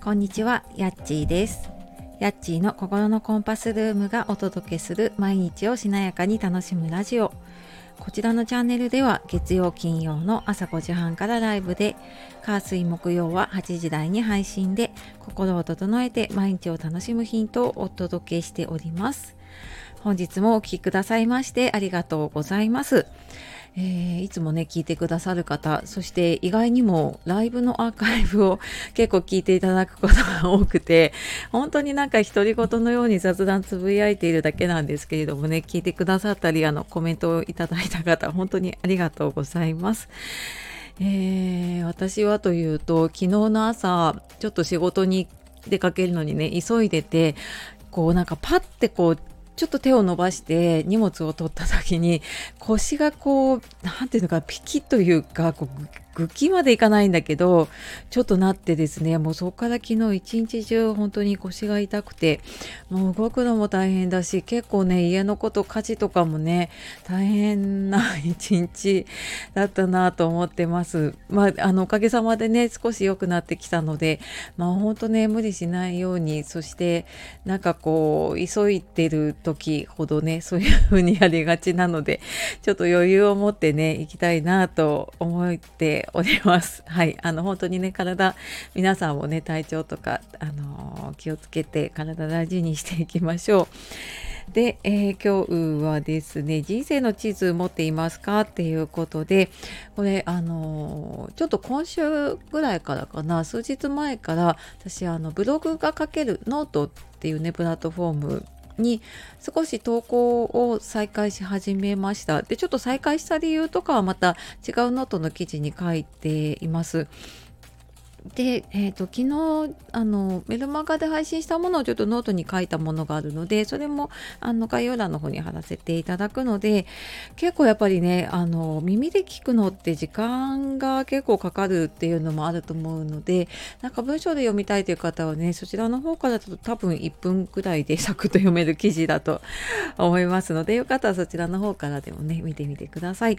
こんにちは、やっちーです。やっちーの心のコンパスルームがお届けする毎日をしなやかに楽しむラジオ。こちらのチャンネルでは月曜金曜の朝5時半からライブで、火水木曜は8時台に配信で、心を整えて毎日を楽しむヒントをお届けしております。本日もお聞きくださいましてありがとうございます。いつもね聞いてくださる方、そして意外にもライブのアーカイブを結構聞いていただくことが多くて、本当になんか独り言のように雑談つぶやいているだけなんですけれどもね、聞いてくださったりコメントをいただいた方、本当にありがとうございます。私はというと、昨日の朝ちょっと仕事に出かけるのにね急いでて、なんかパッてちょっと手を伸ばして荷物を取った時に、腰がなんていうのか、ピキッというか、ぐきまでいかないんだけど、ちょっとなってですね、もうそこから昨日一日中本当に腰が痛くて、もう動くのも大変だし、結構ね、家のこと家事とかもね、大変な一日だったなと思ってます。おかげさまでね、少し良くなってきたので、本当ね、無理しないように、そしてなんか急いでる時ほどね、そういう風にやりがちなので、ちょっと余裕を持ってね行きたいなと思っております。はい、本当にね、皆さんもね、体調とか気をつけて体大事にしていきましょう。で、今日はですね、人生の地図持っていますかっていうことで、これちょっと今週ぐらいからかな、数日前から私ブログが書けるノートっていうねプラットフォームに少し投稿を再開し始めました。で、ちょっと再開した理由とかはまた違うノートの記事に書いています。で、昨日メルマガで配信したものをちょっとノートに書いたものがあるので、それも概要欄の方に貼らせていただくので、結構やっぱりね、耳で聞くのって時間が結構かかるっていうのもあると思うので、なんか文章で読みたいという方はね、そちらの方からだと多分1分くらいでサクッと読める記事だと思いますので、よかったらそちらの方からでもね見てみてください。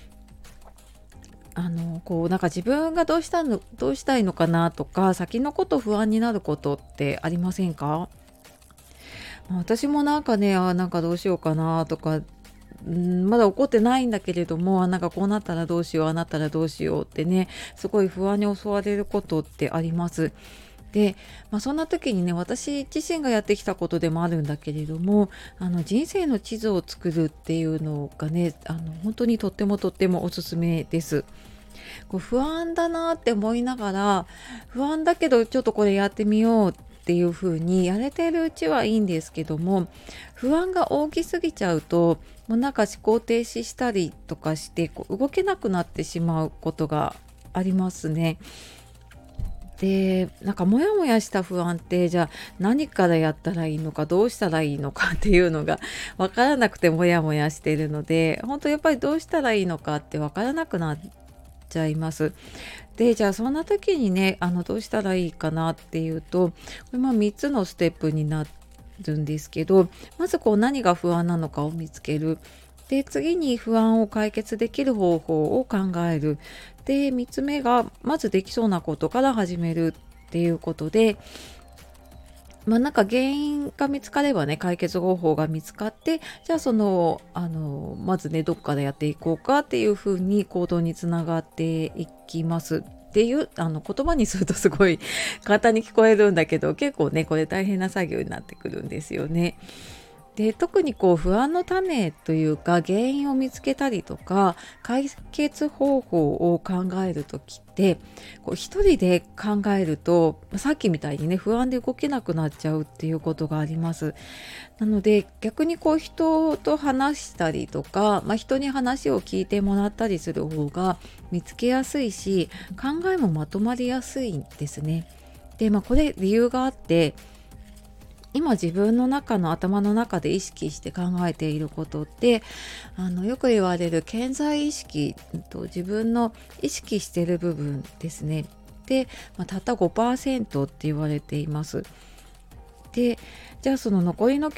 なんか自分がどうしたいのかなとか、先のこと不安になることってありませんか？私もなんかね、なんかどうしようかなとか、まだ起こってないんだけれども、なんかこうなったらどうしよう、ああなったらどうしようってね、すごい不安に襲われることってあります。で、そんな時にね、私自身がやってきたことでもあるんだけれども、人生の地図を作るっていうのがね、本当にとってもおすすめです。不安だなって思いながら、不安だけどちょっとこれやってみようっていう風にやれてるうちはいいんですけども、不安が大きすぎちゃうと、もうなんか思考停止したりとかして、動けなくなってしまうことがありますね。で、なんかモヤモヤした不安って、じゃあ何からやったらいいのか、どうしたらいいのかっていうのが分からなくてモヤモヤしているので、本当やっぱりどうしたらいいのかって分からなくなっちゃいます。で、じゃあそんな時にね、どうしたらいいかなっていうと、これ3つのステップになるんですけど、まず何が不安なのかを見つける。で、次に不安を解決できる方法を考える。で、3つ目がまずできそうなことから始めるっていうことで、なんか原因が見つかればね、解決方法が見つかって、じゃあまずね、どっからやっていこうかっていう風に行動につながっていきますっていう、言葉にするとすごい簡単に聞こえるんだけど、結構ね、これ大変な作業になってくるんですよね。で、特に不安の種というか原因を見つけたりとか解決方法を考えるときって、一人で考えるとさっきみたいにね、不安で動けなくなっちゃうっていうことがあります。なので逆に人と話したりとか、人に話を聞いてもらったりする方が見つけやすいし、考えもまとまりやすいんですね。で、これ理由があって、今自分の頭の中で意識して考えていることって、よく言われる潜在意識と自分の意識している部分ですね。で、たった 5% って言われています。で、じゃあその残りの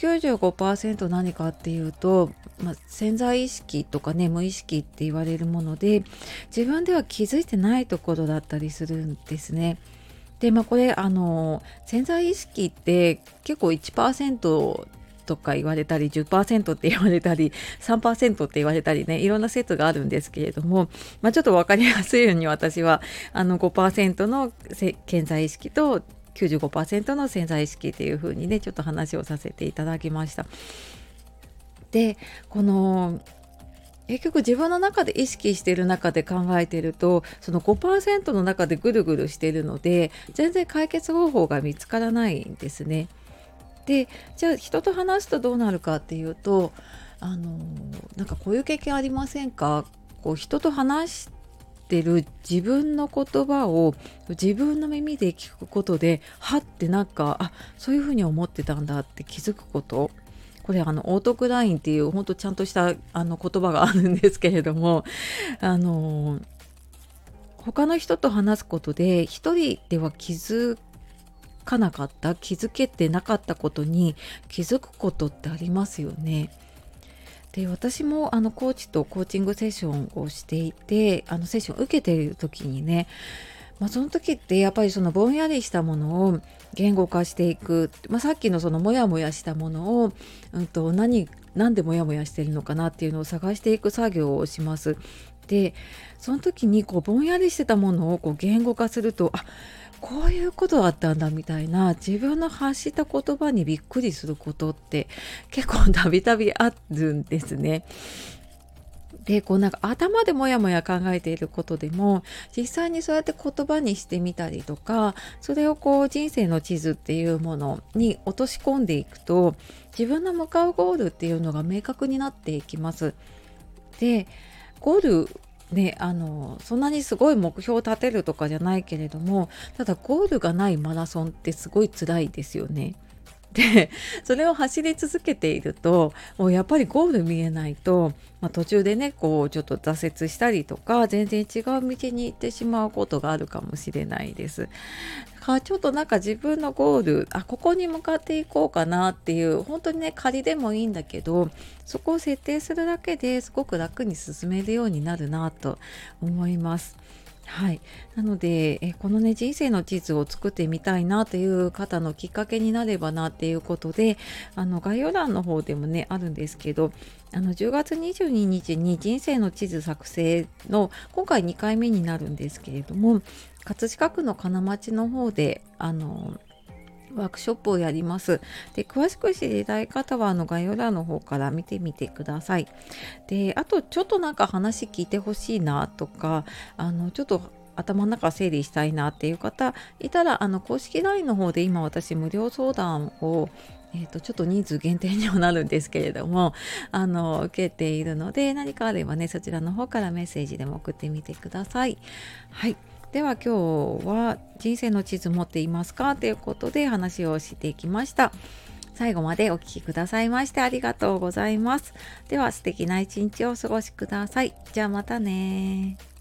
95% 何かっていうと、潜在意識とかね、無意識って言われるもので、自分では気づいてないところだったりするんですね。 で、これ潜在意識って結構1%とか言われたり10%って言われたり3%って言われたりね、いろんな説があるんですけれども、ちょっと分かりやすいように私は5%の潜在意識と95%の潜在意識っていう風にね、ちょっと話をさせていただきました。で、この結局自分の中で意識している中で考えていると、その5%の中でぐるぐるしているので、全然解決方法が見つからないんですね。で、じゃあ人と話すとどうなるかっていうと、なんかこういう経験ありませんか？こう人と話してる自分の言葉を自分の耳で聞くことで、はってなんか、そういうふうに思ってたんだって気づくこと。これオートクラインっていう本当ちゃんとした言葉があるんですけれども、あの他の人と話すことで一人では気づけてなかったことに気づくことってありますよね。で、私もコーチとコーチングセッションをしていて、セッションを受けている時にね、その時ってやっぱりそのぼんやりしたものを言語化していく、さっきのそのモヤモヤしたものを、なんでモヤモヤしてるのかなっていうのを探していく作業をします。で、その時にぼんやりしてたものを言語化すると、こういうことだったんだみたいな、自分の発した言葉にびっくりすることって結構たびたびあるんですね。で、なんか頭でもやもや考えていることでも、実際にそうやって言葉にしてみたりとか、それを人生の地図っていうものに落とし込んでいくと、自分の向かうゴールっていうのが明確になっていきます。で、ゴールね、そんなにすごい目標を立てるとかじゃないけれども、ただゴールがないマラソンってすごい辛いですよね。で、それを走り続けていると、もうやっぱりゴール見えないと、途中でね、ちょっと挫折したりとか、全然違う道に行ってしまうことがあるかもしれないです。だからちょっとなんか自分のゴール、ここに向かっていこうかなっていう、本当にね、仮でもいいんだけど、そこを設定するだけですごく楽に進めるようになるなと思います。はい、なのでこのね、人生の地図を作ってみたいなという方のきっかけになればなっていうことで、概要欄の方でもねあるんですけど、10月22日に人生の地図作成の今回2回目になるんですけれども、葛飾区の金町の方でワークショップをやります。で、詳しく知りたい方は概要欄の方から見てみてください。で、あとちょっとなんか話聞いてほしいなとか、ちょっと頭の中整理したいなっていう方いたら、公式 LINE の方で今私無料相談をちょっと人数限定にはなるんですけれども、受けているので、何かあればね、そちらの方からメッセージでも送ってみてください。はい。では今日は人生の地図持っていますかということで話をしていきました。最後までお聞きくださいましてありがとうございます。では素敵な一日をお過ごしください。じゃあまたね。